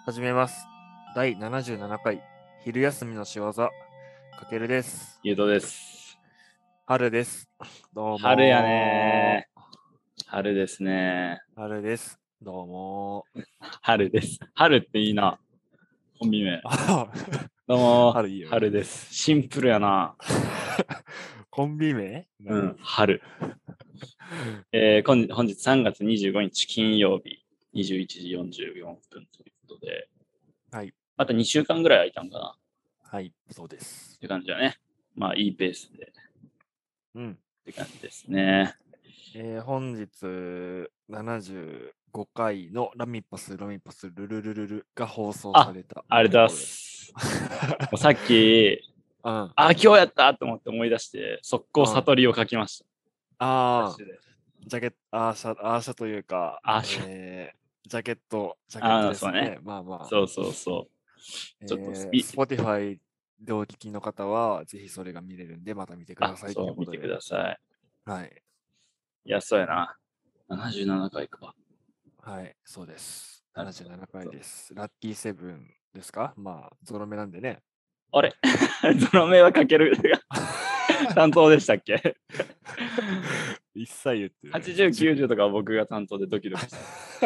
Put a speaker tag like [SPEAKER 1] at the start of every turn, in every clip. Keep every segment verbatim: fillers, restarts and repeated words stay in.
[SPEAKER 1] 始めます。だいななじゅうななかい、昼休みの仕業、かけるです。
[SPEAKER 2] ゆうとです。
[SPEAKER 1] 春です。どうも。
[SPEAKER 2] 春やねー。春ですね
[SPEAKER 1] 春です。どうも。
[SPEAKER 2] 春です。春っていいな。コンビ名。
[SPEAKER 1] あ
[SPEAKER 2] どうも
[SPEAKER 1] 春いいよね
[SPEAKER 2] 春です。シンプルやな。
[SPEAKER 1] コンビ名
[SPEAKER 2] うん、春。えー、本本日さんがつにじゅうごにち金曜日にじゅういちじよんじゅうよんぷんということで、
[SPEAKER 1] はい。
[SPEAKER 2] またにしゅうかんぐらい空いたんかな
[SPEAKER 1] はい、そうです
[SPEAKER 2] っ。て感じだね。まあいいペースで
[SPEAKER 1] うん。
[SPEAKER 2] って感じですね。
[SPEAKER 1] えー、本日ななじゅうごかいのラミパス、ラミパス、ルルルルルが放送された。
[SPEAKER 2] ありがとうございます。もうさっき、
[SPEAKER 1] うん、あ
[SPEAKER 2] あ、今日やったと思って思い出して、速攻悟りを書きました。
[SPEAKER 1] あー、ジャケット、アーシャ、アーシャというか、
[SPEAKER 2] アーシャ
[SPEAKER 1] えー、ジャケット、ジャケット
[SPEAKER 2] ああ、
[SPEAKER 1] ですね。
[SPEAKER 2] そうね。
[SPEAKER 1] まあまあ。
[SPEAKER 2] そうそうそう。ちょっとス
[SPEAKER 1] えー、
[SPEAKER 2] ピ、
[SPEAKER 1] Spotify でお聞きの方は、ぜひそれが見れるんで、また見てくだ
[SPEAKER 2] あ、
[SPEAKER 1] さいとい
[SPEAKER 2] そう、見て
[SPEAKER 1] うことで。
[SPEAKER 2] ください。
[SPEAKER 1] はい。
[SPEAKER 2] いや、そうやな。ななじゅうななかいか。
[SPEAKER 1] はい、そうです。
[SPEAKER 2] なるほ
[SPEAKER 1] ななじゅうななかいです。ラッキーセブンですか？まあ、ゾロ目なんでね。
[SPEAKER 2] ど。あれゾロ目はかける担当でしたっけ
[SPEAKER 1] 一切言ってない。
[SPEAKER 2] はちじゅう、きゅうじゅうとかは僕が担当でドキドキして。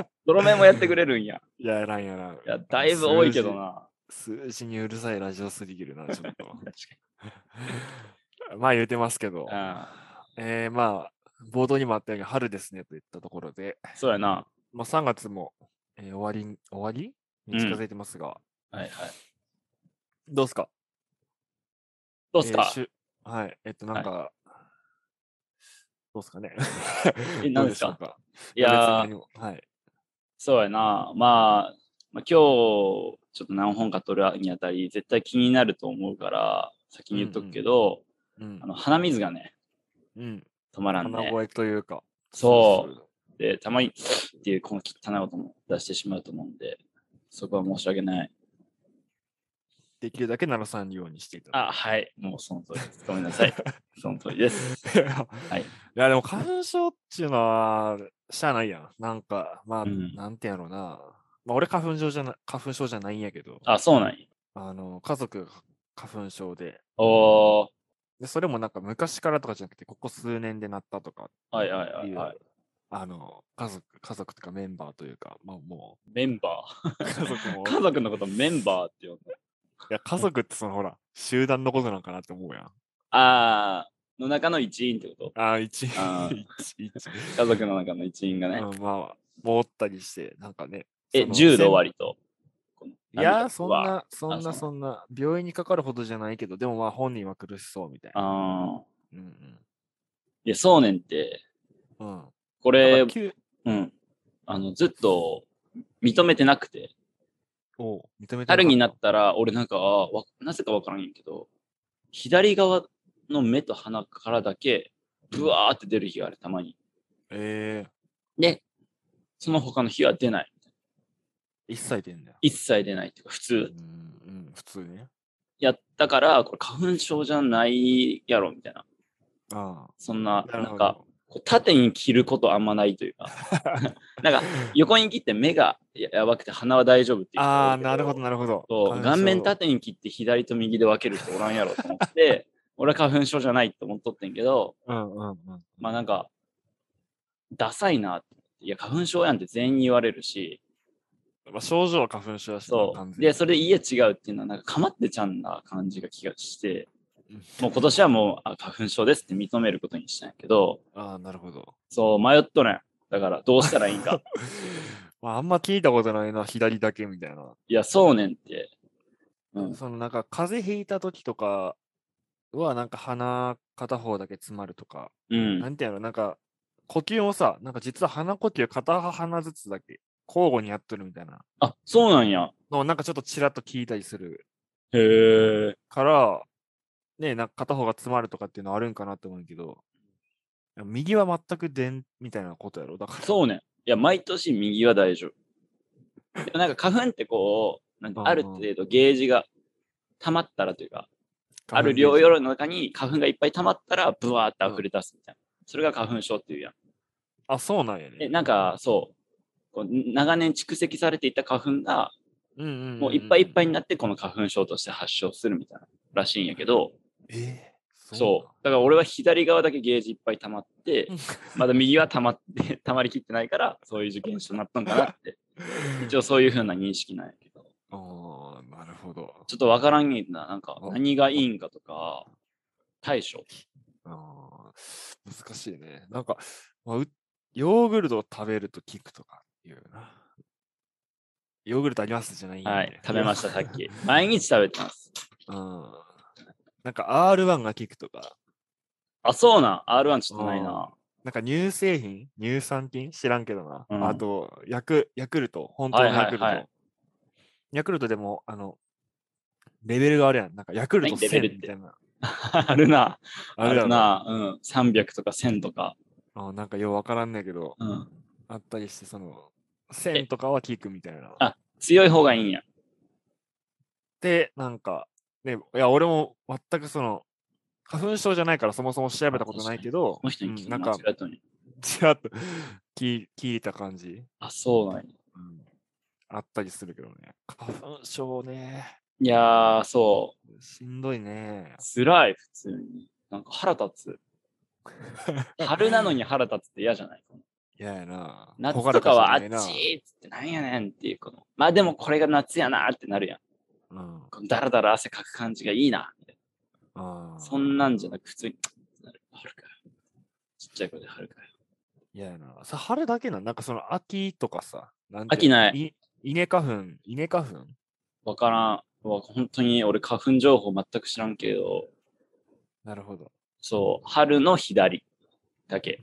[SPEAKER 2] ゾロ目もやってくれるんや。
[SPEAKER 1] いや、やらんやらん。
[SPEAKER 2] いや、だいぶ多いけどな。
[SPEAKER 1] 数字にうるさいラジオすぎるな、ちょっと。
[SPEAKER 2] 確か
[SPEAKER 1] まあ言うてますけど。
[SPEAKER 2] あ
[SPEAKER 1] えー、まあ、冒頭にもあったように春ですねといったところで、
[SPEAKER 2] そうやな。
[SPEAKER 1] まあ、さんがつも、えー終わりに、終わりに近づいてますが、
[SPEAKER 2] はいはい。
[SPEAKER 1] どうすかえー、
[SPEAKER 2] どうすか
[SPEAKER 1] しゅはい。えっと、なんか、どうすかね
[SPEAKER 2] え、
[SPEAKER 1] どう
[SPEAKER 2] 何ですか
[SPEAKER 1] でしょうか
[SPEAKER 2] い
[SPEAKER 1] いや、別に
[SPEAKER 2] やー、
[SPEAKER 1] 何も。はい。
[SPEAKER 2] そうやな。まあ、まあ、今日、ちょっと何本か取るにあたり、絶対気になると思うから、先に言っとくけど、
[SPEAKER 1] うん。
[SPEAKER 2] あの鼻水がね、
[SPEAKER 1] うん。
[SPEAKER 2] 止まらんね。
[SPEAKER 1] 鼻声というか、
[SPEAKER 2] そ
[SPEAKER 1] ス
[SPEAKER 2] う。で、たまにっていうこの汚い音も出してしまうと思うんで、そこは申し訳ない。
[SPEAKER 1] できるだけ鳴らさんようにしていただ
[SPEAKER 2] あ、はい。もうその通りです。ごめんなさい。その通りです。
[SPEAKER 1] いや、
[SPEAKER 2] はい。
[SPEAKER 1] いやでも花粉症っていうのは、しゃあないやん。なんか、まあ、
[SPEAKER 2] うん。
[SPEAKER 1] なんてやろうな。まあ、俺花粉症じゃな、花粉症じゃないんやけど、
[SPEAKER 2] あ、そうなんや。
[SPEAKER 1] あの、家族が花粉症で、
[SPEAKER 2] おー。
[SPEAKER 1] で、それもなんか昔からとかじゃなくて、ここ数年でなったとかっ
[SPEAKER 2] はいはいは
[SPEAKER 1] ていう、
[SPEAKER 2] いはい。
[SPEAKER 1] あの、家族、家族とかメンバーというか、まあも
[SPEAKER 2] メンバ
[SPEAKER 1] う、家族
[SPEAKER 2] ー。
[SPEAKER 1] も、
[SPEAKER 2] 家族のことメンバーって呼んだ。
[SPEAKER 1] いや、家族ってそのほら、集団のことなんかなって思うやん。
[SPEAKER 2] あー、の中の一員ってこと
[SPEAKER 1] ああ、一、
[SPEAKER 2] あー
[SPEAKER 1] 一、一。
[SPEAKER 2] 家族の中の一員がね。
[SPEAKER 1] うん、まあ、もおったりして、なんかね、そ
[SPEAKER 2] え、
[SPEAKER 1] の、
[SPEAKER 2] 重度
[SPEAKER 1] せん
[SPEAKER 2] 割と。この涙
[SPEAKER 1] いや、そん
[SPEAKER 2] は。
[SPEAKER 1] な、そんな、
[SPEAKER 2] あ、そうな
[SPEAKER 1] そんな、病院にかかるほどじゃないけど、でもまあ本人は苦しそうみたいな。
[SPEAKER 2] あー。
[SPEAKER 1] うん
[SPEAKER 2] いや、そうねんって、
[SPEAKER 1] うん。うん。
[SPEAKER 2] これ、
[SPEAKER 1] だから、急、
[SPEAKER 2] うん。あの、ずっと認めてなくて、
[SPEAKER 1] を認めてなかった。
[SPEAKER 2] 春になったら、俺なんか、あわなぜかわからんけど、左側の目と鼻からだけ、ブワーって出る日がある、たまに。
[SPEAKER 1] ええ
[SPEAKER 2] で、その他の日は出ない。
[SPEAKER 1] 一切出んだよ。
[SPEAKER 2] 一切出ないっていうか、普通。
[SPEAKER 1] うん、うん、普通ね。
[SPEAKER 2] やったから、これ花粉症じゃないやろ、みたいな。
[SPEAKER 1] あ
[SPEAKER 2] そんな、
[SPEAKER 1] あ、なる
[SPEAKER 2] なんか、
[SPEAKER 1] ほど。
[SPEAKER 2] こう縦に切ることあんまないというか、なんか、横に切って目がややばくて鼻は大丈夫っていう人多
[SPEAKER 1] ああ、
[SPEAKER 2] いけど、
[SPEAKER 1] なるほど、なるほど。
[SPEAKER 2] そう顔面
[SPEAKER 1] 花粉症。
[SPEAKER 2] 縦に切って左と右で分ける人おらんやろと思って、俺は花粉症じゃないと思っとってんけど、
[SPEAKER 1] うんうんうん。
[SPEAKER 2] まあなんか、ダサいなって。いや、花粉症やんって全員に言われるし、
[SPEAKER 1] まあ、症状は花粉症やしな、
[SPEAKER 2] そう。で、
[SPEAKER 1] 完全に。
[SPEAKER 2] それで家違うっていうのは、なんかかまってちゃんな感じが気がして、
[SPEAKER 1] うん
[SPEAKER 2] もう今年はもう、あ、花粉症ですって認めることにしたんやけど、
[SPEAKER 1] ああ、なるほど。
[SPEAKER 2] そう、迷っとるん。だから、どうしたらいいんか。
[SPEAKER 1] まあ、あんま聞いたことないな、左だけみたいな。
[SPEAKER 2] いや、そうねんって。うん。
[SPEAKER 1] そのなんか風邪ひいた時とかはなんか鼻片方だけ詰まるとか、
[SPEAKER 2] うん。
[SPEAKER 1] なんていうの、なんか呼吸もさ、なんか実は鼻呼吸片鼻ずつだけ交互にやっとるみたいな
[SPEAKER 2] あ、そうなんや。
[SPEAKER 1] のをなんかちょっとちらっと聞いたりする
[SPEAKER 2] へえ。
[SPEAKER 1] から、ね、なんか片方が詰まるとかっていうのはあるんかなって思うけど、右は全く出んみたいなことやろ。だから。
[SPEAKER 2] そうねん。いや、毎年右は大丈夫。でもなんか花粉ってこう、なんてある
[SPEAKER 1] うんうん、
[SPEAKER 2] 程度ゲージが溜まったらというか、あ
[SPEAKER 1] 花粉ゲージ。
[SPEAKER 2] る量量の中に花粉がいっぱい溜まったら、ブワーって溢れ出すみたいな。それが花粉症っていうやん。
[SPEAKER 1] あ、そうなんや
[SPEAKER 2] え、
[SPEAKER 1] ね。
[SPEAKER 2] なんか、そう、こう長年蓄積されていた花粉が、
[SPEAKER 1] うんうんうんうん
[SPEAKER 2] もういっぱいいっぱいになってこの花粉症として発症するみたいならしいんやけど、
[SPEAKER 1] えー、
[SPEAKER 2] そう。だから俺は左側だけゲージいっぱい溜まって、まだ右は溜まって、溜まりきってないから、そういう受験症になったのかなって。一応そういう風な認識なんやけど。
[SPEAKER 1] ああ、なるほど。
[SPEAKER 2] ちょっとわからんねんな。なんか
[SPEAKER 1] あ
[SPEAKER 2] 何がいいんかとか、対処。
[SPEAKER 1] あー難しいね。なんか、まあ、うヨーグルトを食べると効くとかいうな。ヨーグルトありますじゃないんやね。
[SPEAKER 2] はい。食べました、さっき。毎日食べてます。
[SPEAKER 1] うん。なんか アールワン が効くとか。
[SPEAKER 2] あ、そうなん。アールワン ちょっとないな。
[SPEAKER 1] うんなんか乳製品乳酸菌知らんけどな。
[SPEAKER 2] うん
[SPEAKER 1] あと、ヤク、ヤクルト。本当
[SPEAKER 2] はい
[SPEAKER 1] のヤクルト。
[SPEAKER 2] はいはい。
[SPEAKER 1] ヤクルトでも、あの、レベルがあるやん。なんかヤクルト
[SPEAKER 2] 何レベルって
[SPEAKER 1] せんみたいな。
[SPEAKER 2] あるな。あ
[SPEAKER 1] あるやろ。
[SPEAKER 2] るな。うん。さんびゃくとかせんとか。
[SPEAKER 1] あなんかようわからんねんけど、
[SPEAKER 2] うん。
[SPEAKER 1] あったりして、その、せんとかは効くみたいな。
[SPEAKER 2] あ、強い方がいいんや。
[SPEAKER 1] で、なんか、ね、いや、俺も全くその、花粉症じゃないからそもそも調べたことないけど、
[SPEAKER 2] この人に聞いて間
[SPEAKER 1] うんなんか、
[SPEAKER 2] 違えたのに。
[SPEAKER 1] ちらっと聞聞いた感じ、
[SPEAKER 2] あ、そうなんや。
[SPEAKER 1] うん、あったりするけどね。花粉症ね。
[SPEAKER 2] いやー、そ
[SPEAKER 1] しんどいね。
[SPEAKER 2] う。辛い、普通に。なんか腹立つ。春なのに腹立つって嫌じゃない
[SPEAKER 1] 嫌やな。
[SPEAKER 2] 夏とかはあっち
[SPEAKER 1] ほがらかしじゃない
[SPEAKER 2] ーっつってなんやねんっていうこの。まあでもこれが夏やなーってなるやん。
[SPEAKER 1] な。うん。
[SPEAKER 2] このダラダラ汗かく感じがいいな。
[SPEAKER 1] あ
[SPEAKER 2] そんなんじゃなく普通に、なる春かよ。ちっちゃい子で春かよ。
[SPEAKER 1] 嫌やな。さ、春だけな。なんかその秋とかさ。なんて
[SPEAKER 2] 秋ない
[SPEAKER 1] い。稲花粉。稲花粉
[SPEAKER 2] わからん。わ本当に俺花粉情報全く知らんけど、
[SPEAKER 1] なるほど。
[SPEAKER 2] そう、春の左だけ。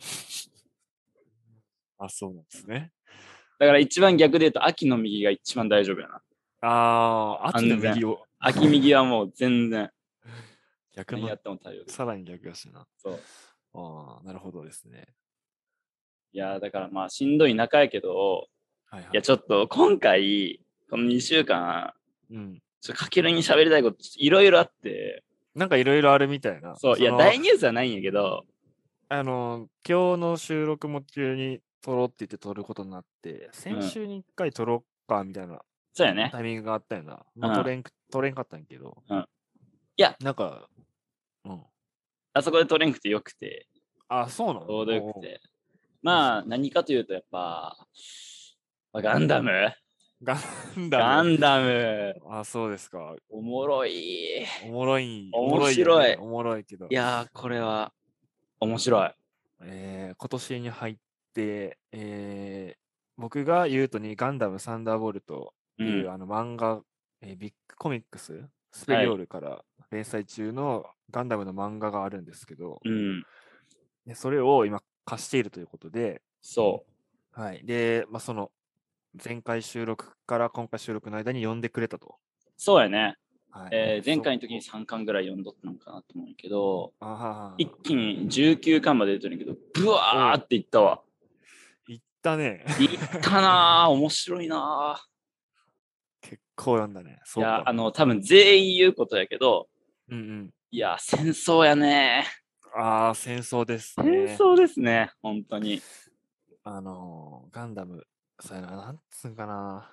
[SPEAKER 1] あ、そうなんですね。
[SPEAKER 2] だから一番逆で言うと秋の右が一番大丈夫やな。
[SPEAKER 1] ああ、秋の右を。
[SPEAKER 2] 秋右はもう全然。
[SPEAKER 1] 逆の
[SPEAKER 2] 何やっても対応できる。
[SPEAKER 1] さらに逆だしな。
[SPEAKER 2] そう。
[SPEAKER 1] ああ、なるほどですね。
[SPEAKER 2] いや、だからまあしんどい中やけど、
[SPEAKER 1] はいはい。
[SPEAKER 2] いや、ちょっと今回、このにしゅうかん、
[SPEAKER 1] うん。
[SPEAKER 2] ちょっとかけるに喋りたいこといろいろあって、
[SPEAKER 1] なんかいろいろあるみたいな。
[SPEAKER 2] そう、いや、
[SPEAKER 1] の
[SPEAKER 2] 大ニュースはないんやけど、
[SPEAKER 1] あの、今日の収録も急に撮ろうって言って撮ることになって、先週に一回撮ろうかみたいな
[SPEAKER 2] そうやね。
[SPEAKER 1] タイミングがあったよな。まあ、
[SPEAKER 2] うん
[SPEAKER 1] 撮れんく、撮れんかったんやけど。
[SPEAKER 2] うんいや、
[SPEAKER 1] なんか、うん。
[SPEAKER 2] あそこで取れんくてよくて、
[SPEAKER 1] あ、そうなの
[SPEAKER 2] ちょうどよくて。まあ、何かというと、やっぱ、まあガンダム
[SPEAKER 1] ガンダム。
[SPEAKER 2] ガンダム
[SPEAKER 1] あ、そうですか。
[SPEAKER 2] おもろい。
[SPEAKER 1] おもろい。
[SPEAKER 2] 面白い
[SPEAKER 1] おもろいよね。おもろいけど。
[SPEAKER 2] いやー、これは面白い。
[SPEAKER 1] えー今年に入って、えー僕が言うとにガンダムサンダーボルトっていう、
[SPEAKER 2] うん
[SPEAKER 1] あの漫画、えービッグコミックス、スペリオールから連載中のガンダムの漫画があるんですけど、
[SPEAKER 2] うん。
[SPEAKER 1] でそれを今貸しているということで、
[SPEAKER 2] そ
[SPEAKER 1] はい。で、まあ、その前回収録から今回収録の間に読んでくれたと。
[SPEAKER 2] う。そうやね。
[SPEAKER 1] はい
[SPEAKER 2] えー前回の時にさんかんぐらい読んどったのかなと思うんやけど、
[SPEAKER 1] あは
[SPEAKER 2] 一気にじゅうきゅうかんまで出てるんやけど、ブワーっていったわ。
[SPEAKER 1] いったね。
[SPEAKER 2] いったなー、面白いな
[SPEAKER 1] 結構読んだね。
[SPEAKER 2] ー。
[SPEAKER 1] そうか。
[SPEAKER 2] いや、あの、多分全員言うことやけど、
[SPEAKER 1] うんうん。
[SPEAKER 2] いや、戦争やね
[SPEAKER 1] ああ、戦争です
[SPEAKER 2] 戦
[SPEAKER 1] ね。
[SPEAKER 2] 争ですね、本当に。
[SPEAKER 1] あのーガンダム、そうやな、なんつうんかな。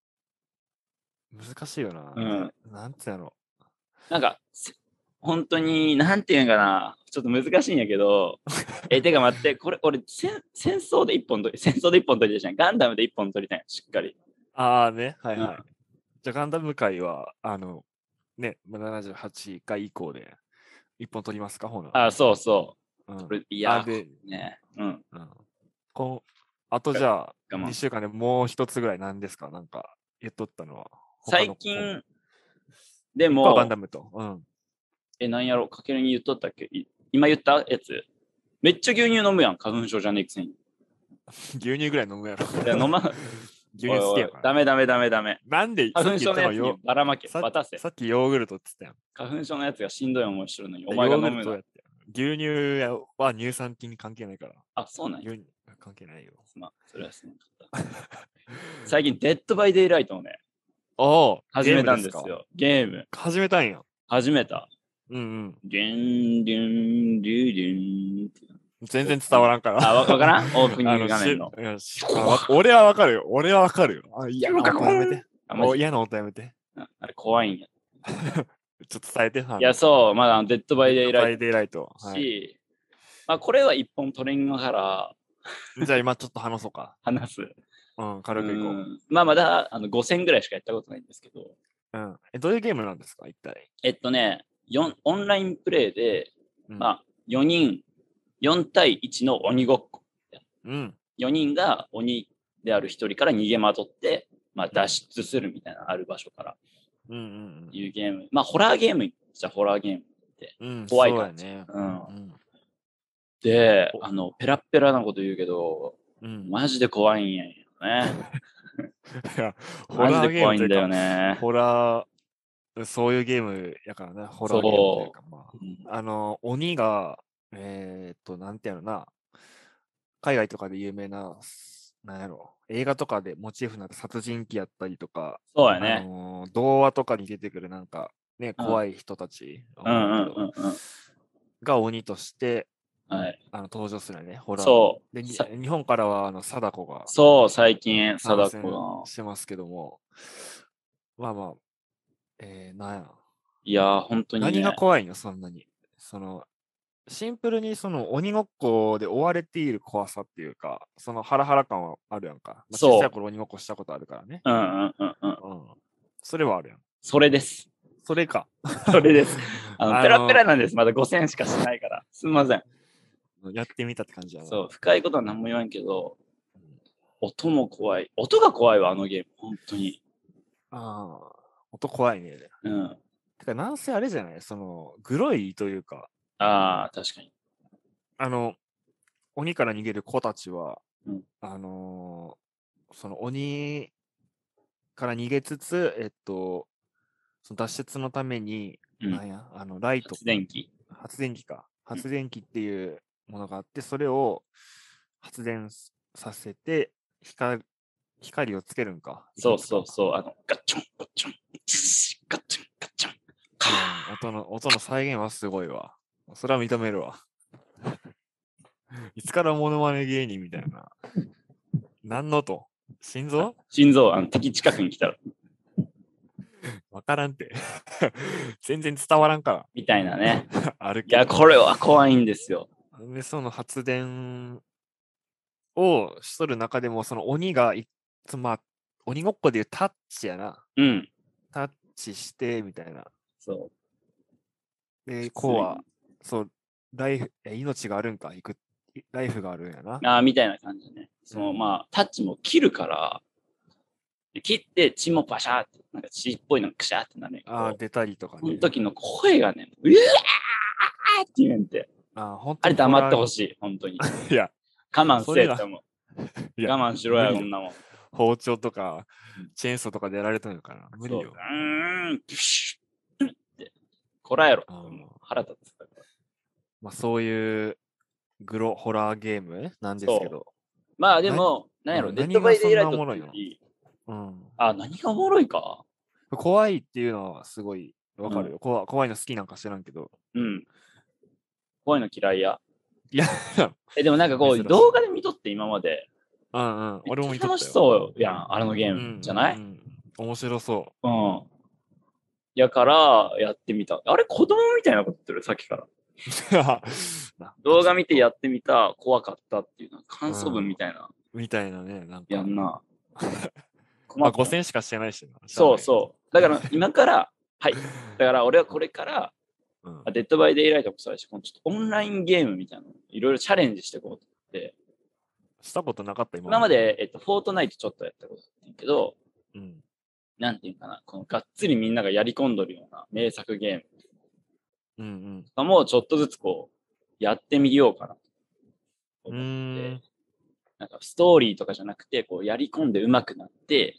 [SPEAKER 1] 難しいよな。
[SPEAKER 2] うん
[SPEAKER 1] なんつうんやろ。
[SPEAKER 2] なんか、せ本当に、なんていうんかな、ちょっと難しいんやけど、え、てか待って、これ、俺、戦戦争で一本取り、戦争で一本取りでじゃん。ガンダムで一本取りたいしっかり。
[SPEAKER 1] ああね、はいはい。
[SPEAKER 2] うん
[SPEAKER 1] じゃあガンダム会は、あの、ね、まあななじゅうはちかい以降で一本取りますか、ほな。
[SPEAKER 2] あ、そうそう。
[SPEAKER 1] うん
[SPEAKER 2] これいや
[SPEAKER 1] あで、
[SPEAKER 2] ね。うん。
[SPEAKER 1] うん。こんあとじゃあ、
[SPEAKER 2] 我慢
[SPEAKER 1] にしゅうかんでもう一つぐらい何ですかなんか言っとったのは。他の
[SPEAKER 2] 最近、で
[SPEAKER 1] 一個はガ
[SPEAKER 2] も
[SPEAKER 1] ンダ、ムと。うん。
[SPEAKER 2] え、なんやろ、かけるに言っとったっけい今言ったやつ。めっちゃ牛乳飲むやん、花粉症じゃねえくせに。い
[SPEAKER 1] 牛乳ぐらい飲むやろ。
[SPEAKER 2] や、飲ま、
[SPEAKER 1] 牛乳好きやから。
[SPEAKER 2] ダメダメダメダメ。
[SPEAKER 1] なんで
[SPEAKER 2] 花粉症のやつに
[SPEAKER 1] さっき言ったのよ
[SPEAKER 2] ばらまけ、
[SPEAKER 1] さ
[SPEAKER 2] 渡せ。
[SPEAKER 1] さっきヨーグルトって言って
[SPEAKER 2] 花粉症のやつがしんどい思いしてるのに、
[SPEAKER 1] たやん。
[SPEAKER 2] お前が
[SPEAKER 1] ヨーグ
[SPEAKER 2] 飲むな
[SPEAKER 1] ルトやっ。て。牛乳は乳酸菌に関係ないから。
[SPEAKER 2] あ、そうなんや。
[SPEAKER 1] 牛乳関係ないよ。
[SPEAKER 2] まあ、それはすまなかった。最近、デッドバイデイライトをね、
[SPEAKER 1] おお、
[SPEAKER 2] 始めたんです
[SPEAKER 1] ゲーム
[SPEAKER 2] よ。ゲーム。
[SPEAKER 1] か始めたんや。
[SPEAKER 2] 始めた。
[SPEAKER 1] うんうん。
[SPEAKER 2] デュン、デュン、デュデュンって。
[SPEAKER 1] 全然伝わらんから。
[SPEAKER 2] あ、わわからんオープニング画面の。
[SPEAKER 1] あしあわ俺はわかるよ。俺はわかるよ。あ、いや、
[SPEAKER 2] ガコン
[SPEAKER 1] やめて。
[SPEAKER 2] あ、マジ
[SPEAKER 1] お嫌な音やめて。
[SPEAKER 2] ああれ怖いんや。
[SPEAKER 1] ちょっと伝えて。あの
[SPEAKER 2] いや、そう、まだデッドバイデイライ
[SPEAKER 1] デッドバイデイライト。
[SPEAKER 2] ト
[SPEAKER 1] はい。
[SPEAKER 2] し、まあこれは一本取れんから
[SPEAKER 1] じゃあ今ちょっと話そうか。
[SPEAKER 2] 話す。
[SPEAKER 1] うん、
[SPEAKER 2] う
[SPEAKER 1] 軽くいこ
[SPEAKER 2] ん。まあまだあのご戦ぐらいしかやったことないんですけど、
[SPEAKER 1] う。うん。え、どういうゲームなんですか、一体。
[SPEAKER 2] えっとね、よんオンラインプレイで、
[SPEAKER 1] うん。
[SPEAKER 2] まあよにん、よん対いちの鬼ごっこ。
[SPEAKER 1] うん。
[SPEAKER 2] よにんが鬼であるひとりから逃げ惑って、まあ、脱出するみたいなある場所から
[SPEAKER 1] うんうん
[SPEAKER 2] いうゲーム。まあ、ホラーゲームじゃホラーゲームって
[SPEAKER 1] うん。うん、
[SPEAKER 2] 怖い感じ。
[SPEAKER 1] そうやね。
[SPEAKER 2] うん
[SPEAKER 1] うん。
[SPEAKER 2] で、
[SPEAKER 1] お
[SPEAKER 2] あの、ペラッペラなこと言うけど、
[SPEAKER 1] うん。
[SPEAKER 2] マジで怖いんやよね。
[SPEAKER 1] いや、ホ
[SPEAKER 2] マジで
[SPEAKER 1] ラーゲームというか、
[SPEAKER 2] 怖いんだよね。
[SPEAKER 1] ホラー、そういうゲームやからね、ホラーゲームという
[SPEAKER 2] そ
[SPEAKER 1] か、ま
[SPEAKER 2] う。うん
[SPEAKER 1] あ、あの、鬼が、えーっと、なんていうのな、海外とかで有名な、なんやろ、映画とかでモチーフになった殺人鬼やったりとか、あ
[SPEAKER 2] そうやね。
[SPEAKER 1] のー童話とかに出てくるなんか、ね、
[SPEAKER 2] うん
[SPEAKER 1] 怖い人たち、わ
[SPEAKER 2] うんうん
[SPEAKER 1] からんけど、
[SPEAKER 2] うんうん。
[SPEAKER 1] が鬼として
[SPEAKER 2] はい。
[SPEAKER 1] あの登場するよね、ホラー。で、
[SPEAKER 2] そう。
[SPEAKER 1] に
[SPEAKER 2] さ
[SPEAKER 1] 日本からはあの貞子が
[SPEAKER 2] そう、最近、
[SPEAKER 1] 参
[SPEAKER 2] 貞
[SPEAKER 1] 戦
[SPEAKER 2] 子が。
[SPEAKER 1] してますけども、まあまあ、えー、なんや、
[SPEAKER 2] いやー、本当に
[SPEAKER 1] 何が
[SPEAKER 2] ね。
[SPEAKER 1] 怖いの、そんなに。その、シンプルにその鬼ごっこで追われている怖さっていうか、そのハラハラ感はあるやんか。まあ、小さい
[SPEAKER 2] そ
[SPEAKER 1] 頃鬼ごっこしたことあるからね。
[SPEAKER 2] う。うんうんうんうん。
[SPEAKER 1] うん。それはあるやん。
[SPEAKER 2] それです。
[SPEAKER 1] それか。
[SPEAKER 2] それです。あの、ペラペ
[SPEAKER 1] あの
[SPEAKER 2] ラなんです。まだごせんしかしないから。すみません。
[SPEAKER 1] やってみたって感じやな。
[SPEAKER 2] そう、深いことは何も言わんけど、
[SPEAKER 1] うん
[SPEAKER 2] 音も怖い。音が怖いわ、あのゲーム。本当に。
[SPEAKER 1] ああ、音怖いね。
[SPEAKER 2] うん。
[SPEAKER 1] てか、なんせあれじゃないその、グロいというか、
[SPEAKER 2] ああ、確かに。
[SPEAKER 1] あの、鬼から逃げる子たちは、
[SPEAKER 2] うん
[SPEAKER 1] あのーその鬼から逃げつつ、えっと、その脱出のために、
[SPEAKER 2] うん
[SPEAKER 1] なんや、あの、ライト、
[SPEAKER 2] 発電機。
[SPEAKER 1] 発電機か。
[SPEAKER 2] うん
[SPEAKER 1] 発電機っていうものがあって、それを発電させて、光光をつけるんか。い
[SPEAKER 2] そう
[SPEAKER 1] くつか。
[SPEAKER 2] そうそう。あの、ガッチョン、ガッチョン、ガッチョン、ガッチョン。カ
[SPEAKER 1] うん、音の、音の再現はすごいわ。それは認めるわ。いつからモノマネ芸人みたいな。何の音心臓
[SPEAKER 2] 心臓、あの敵近くに来たら、
[SPEAKER 1] わからんて。全然伝わらんか
[SPEAKER 2] みたいなね。
[SPEAKER 1] ら。ある
[SPEAKER 2] いや、
[SPEAKER 1] けど。
[SPEAKER 2] これは怖いんですよ。
[SPEAKER 1] で、その発電をしとる中でも、その鬼がいつまあ、鬼ごっこでいうタッチやな。
[SPEAKER 2] うん。
[SPEAKER 1] タッチして、みたいな。
[SPEAKER 2] そ
[SPEAKER 1] で、
[SPEAKER 2] う。
[SPEAKER 1] こうは、そう、ライフ、え命があるんか、いく、ライフがあるんやな。
[SPEAKER 2] ああ、みたいな感じね。その、
[SPEAKER 1] うん
[SPEAKER 2] まあ、タッチも切るから、切って血もパシャーって、なんか血っぽいのがクシャーってなるんやけど、
[SPEAKER 1] ああ、出たりとかね。
[SPEAKER 2] その時の声がね、うわーって言うんて、
[SPEAKER 1] ああ、本当
[SPEAKER 2] あれ
[SPEAKER 1] にホラー
[SPEAKER 2] 黙ってほしい、本当に。
[SPEAKER 1] いや、
[SPEAKER 2] 我慢
[SPEAKER 1] それが
[SPEAKER 2] せえって思う。
[SPEAKER 1] いや、
[SPEAKER 2] 我慢しろや、
[SPEAKER 1] 無理よ
[SPEAKER 2] こんなもん。
[SPEAKER 1] 包丁とか
[SPEAKER 2] うん、
[SPEAKER 1] チェーンソーとかでやられたのかな。無理
[SPEAKER 2] そう、
[SPEAKER 1] よ。
[SPEAKER 2] うーん、プシュッって、こらえろって思う
[SPEAKER 1] あー
[SPEAKER 2] 腹立つから。
[SPEAKER 1] まあ、そういうグロホラーゲームなんですけ
[SPEAKER 2] そ
[SPEAKER 1] ど。
[SPEAKER 2] まあでも、なんやろ、
[SPEAKER 1] うん
[SPEAKER 2] デッドバイデイライト
[SPEAKER 1] 何がそんなおもろいの
[SPEAKER 2] っていうより、
[SPEAKER 1] うん、
[SPEAKER 2] あ、何がおもろいか。
[SPEAKER 1] 怖いっていうのはすごいわかる
[SPEAKER 2] う
[SPEAKER 1] よ、怖。怖いの好きなんか知らんけど。
[SPEAKER 2] うん。怖いの嫌いや。
[SPEAKER 1] いや、
[SPEAKER 2] え、でもなんかこう、
[SPEAKER 1] 珍しい
[SPEAKER 2] 動画で見とって今まで、
[SPEAKER 1] うんうん。俺も見とったよ。
[SPEAKER 2] 楽しそうやん、あのゲー
[SPEAKER 1] うんうん
[SPEAKER 2] ム。じゃない、
[SPEAKER 1] うん面白そ
[SPEAKER 2] うん。やからやってみた。あれ、子供みたいなこと言ってる、さっきから。
[SPEAKER 1] う。な
[SPEAKER 2] 動画見てや
[SPEAKER 1] っ
[SPEAKER 2] ってみた、怖かったっていうの感想
[SPEAKER 1] うん
[SPEAKER 2] 文みたいな。
[SPEAKER 1] みたいなね、なんか。
[SPEAKER 2] やんな。困
[SPEAKER 1] まあ
[SPEAKER 2] った
[SPEAKER 1] ごせんしかしてないしな。
[SPEAKER 2] そうそう。だから今から、はい。だから俺はこれから、
[SPEAKER 1] う。うん
[SPEAKER 2] あデッドバイデイライトもそうだし、このちょっとオンラインゲームみたいなのいろいろチャレンジしていこうと思って、
[SPEAKER 1] したことなかった今
[SPEAKER 2] 今まで、えっと、フォートナイトちょっとやったことあったんやけど、
[SPEAKER 1] うん。
[SPEAKER 2] なんていうかな、このがっつりみんながやり込んどるような名作ゲーム
[SPEAKER 1] うん
[SPEAKER 2] とかもちょっとずつこう、やってみようかなと
[SPEAKER 1] うん。う
[SPEAKER 2] 思っ
[SPEAKER 1] ーん
[SPEAKER 2] て、なんかストーリーとかじゃなくて、こうやり込んで上手くなって、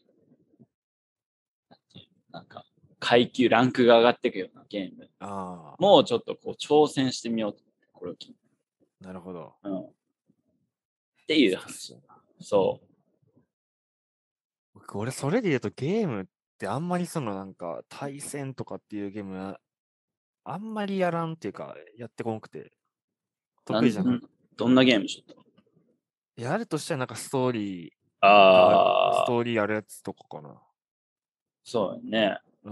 [SPEAKER 2] なんていうなんか階級、ランクが上がっていくようなゲーム
[SPEAKER 1] ああ、
[SPEAKER 2] もうちょっとこう挑戦してみようと思って、これを機に。
[SPEAKER 1] なるほど。
[SPEAKER 2] うん。っていう話。そ
[SPEAKER 1] 僕俺、それで言うとゲームってあんまりそのなんか対戦とかっていうゲームはあんまりやらんっていうか、やってこなくて。
[SPEAKER 2] う。
[SPEAKER 1] 得意じゃない。
[SPEAKER 2] んどんなゲームしとっ
[SPEAKER 1] やるとしたらなんかストーリー
[SPEAKER 2] た
[SPEAKER 1] がある、ス
[SPEAKER 2] あ
[SPEAKER 1] トーリーあるやつとかかな。
[SPEAKER 2] そうよね。
[SPEAKER 1] うん。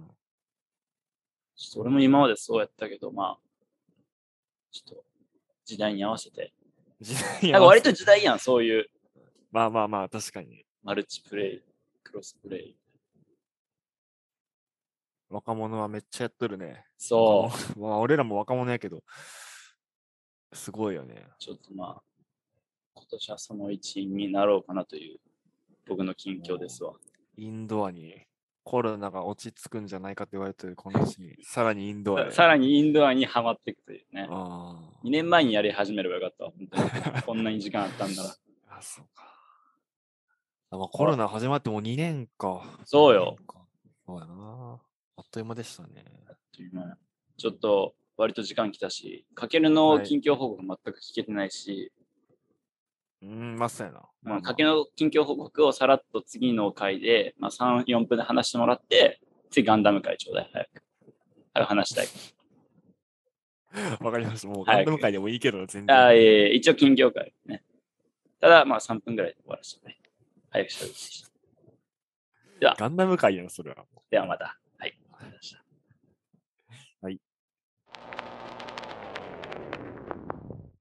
[SPEAKER 2] ちょっと俺も今までそうやったけど、まあ、ちょっと時代に合わせて。
[SPEAKER 1] 時代に
[SPEAKER 2] なんか割
[SPEAKER 1] 合わせて。
[SPEAKER 2] と時代やん、そういう
[SPEAKER 1] まあまあまあ、確かに。
[SPEAKER 2] マルチプレイ、クロスプレイ。
[SPEAKER 1] 若者はめっちゃやっとるね。
[SPEAKER 2] そう。
[SPEAKER 1] 若者まあ、俺らも若者やけど、すごいよね。
[SPEAKER 2] ちょっとまあ、今年はその一員になろうかなという僕の近況ですわ。
[SPEAKER 1] インドアにコロナが落ち着くんじゃないかって言われてるこの時に、さらにインドアで。
[SPEAKER 2] さらにインドアにはまっていくというね。
[SPEAKER 1] あ
[SPEAKER 2] にねんまえにやり始めればよかったわ。本当にこんなに時間あったんなら。
[SPEAKER 1] あ、そうか。あまあ、コロナ始まってもうにねんか。
[SPEAKER 2] そうよ。
[SPEAKER 1] にねんかそうやな。あっという間でしたね。
[SPEAKER 2] ちょっと割と時間来たし、かけるの近況報告全く聞けてないし、
[SPEAKER 1] はい、うん、まあそうやな。
[SPEAKER 2] まあ、かけの近況報告をさらっと次の回で、まあ、さん、よんぷんで話してもらって、次ガンダム回ちょうだい。早く。早く話したい。
[SPEAKER 1] わかりました。もうガンダム回でもいいけど、全然。
[SPEAKER 2] あえー、一応近況回ね。ただ、まあさんぷんぐらいで終わらせてね。早くしゃべって。では、
[SPEAKER 1] ガンダム回やん、それは。
[SPEAKER 2] ではまた。はい。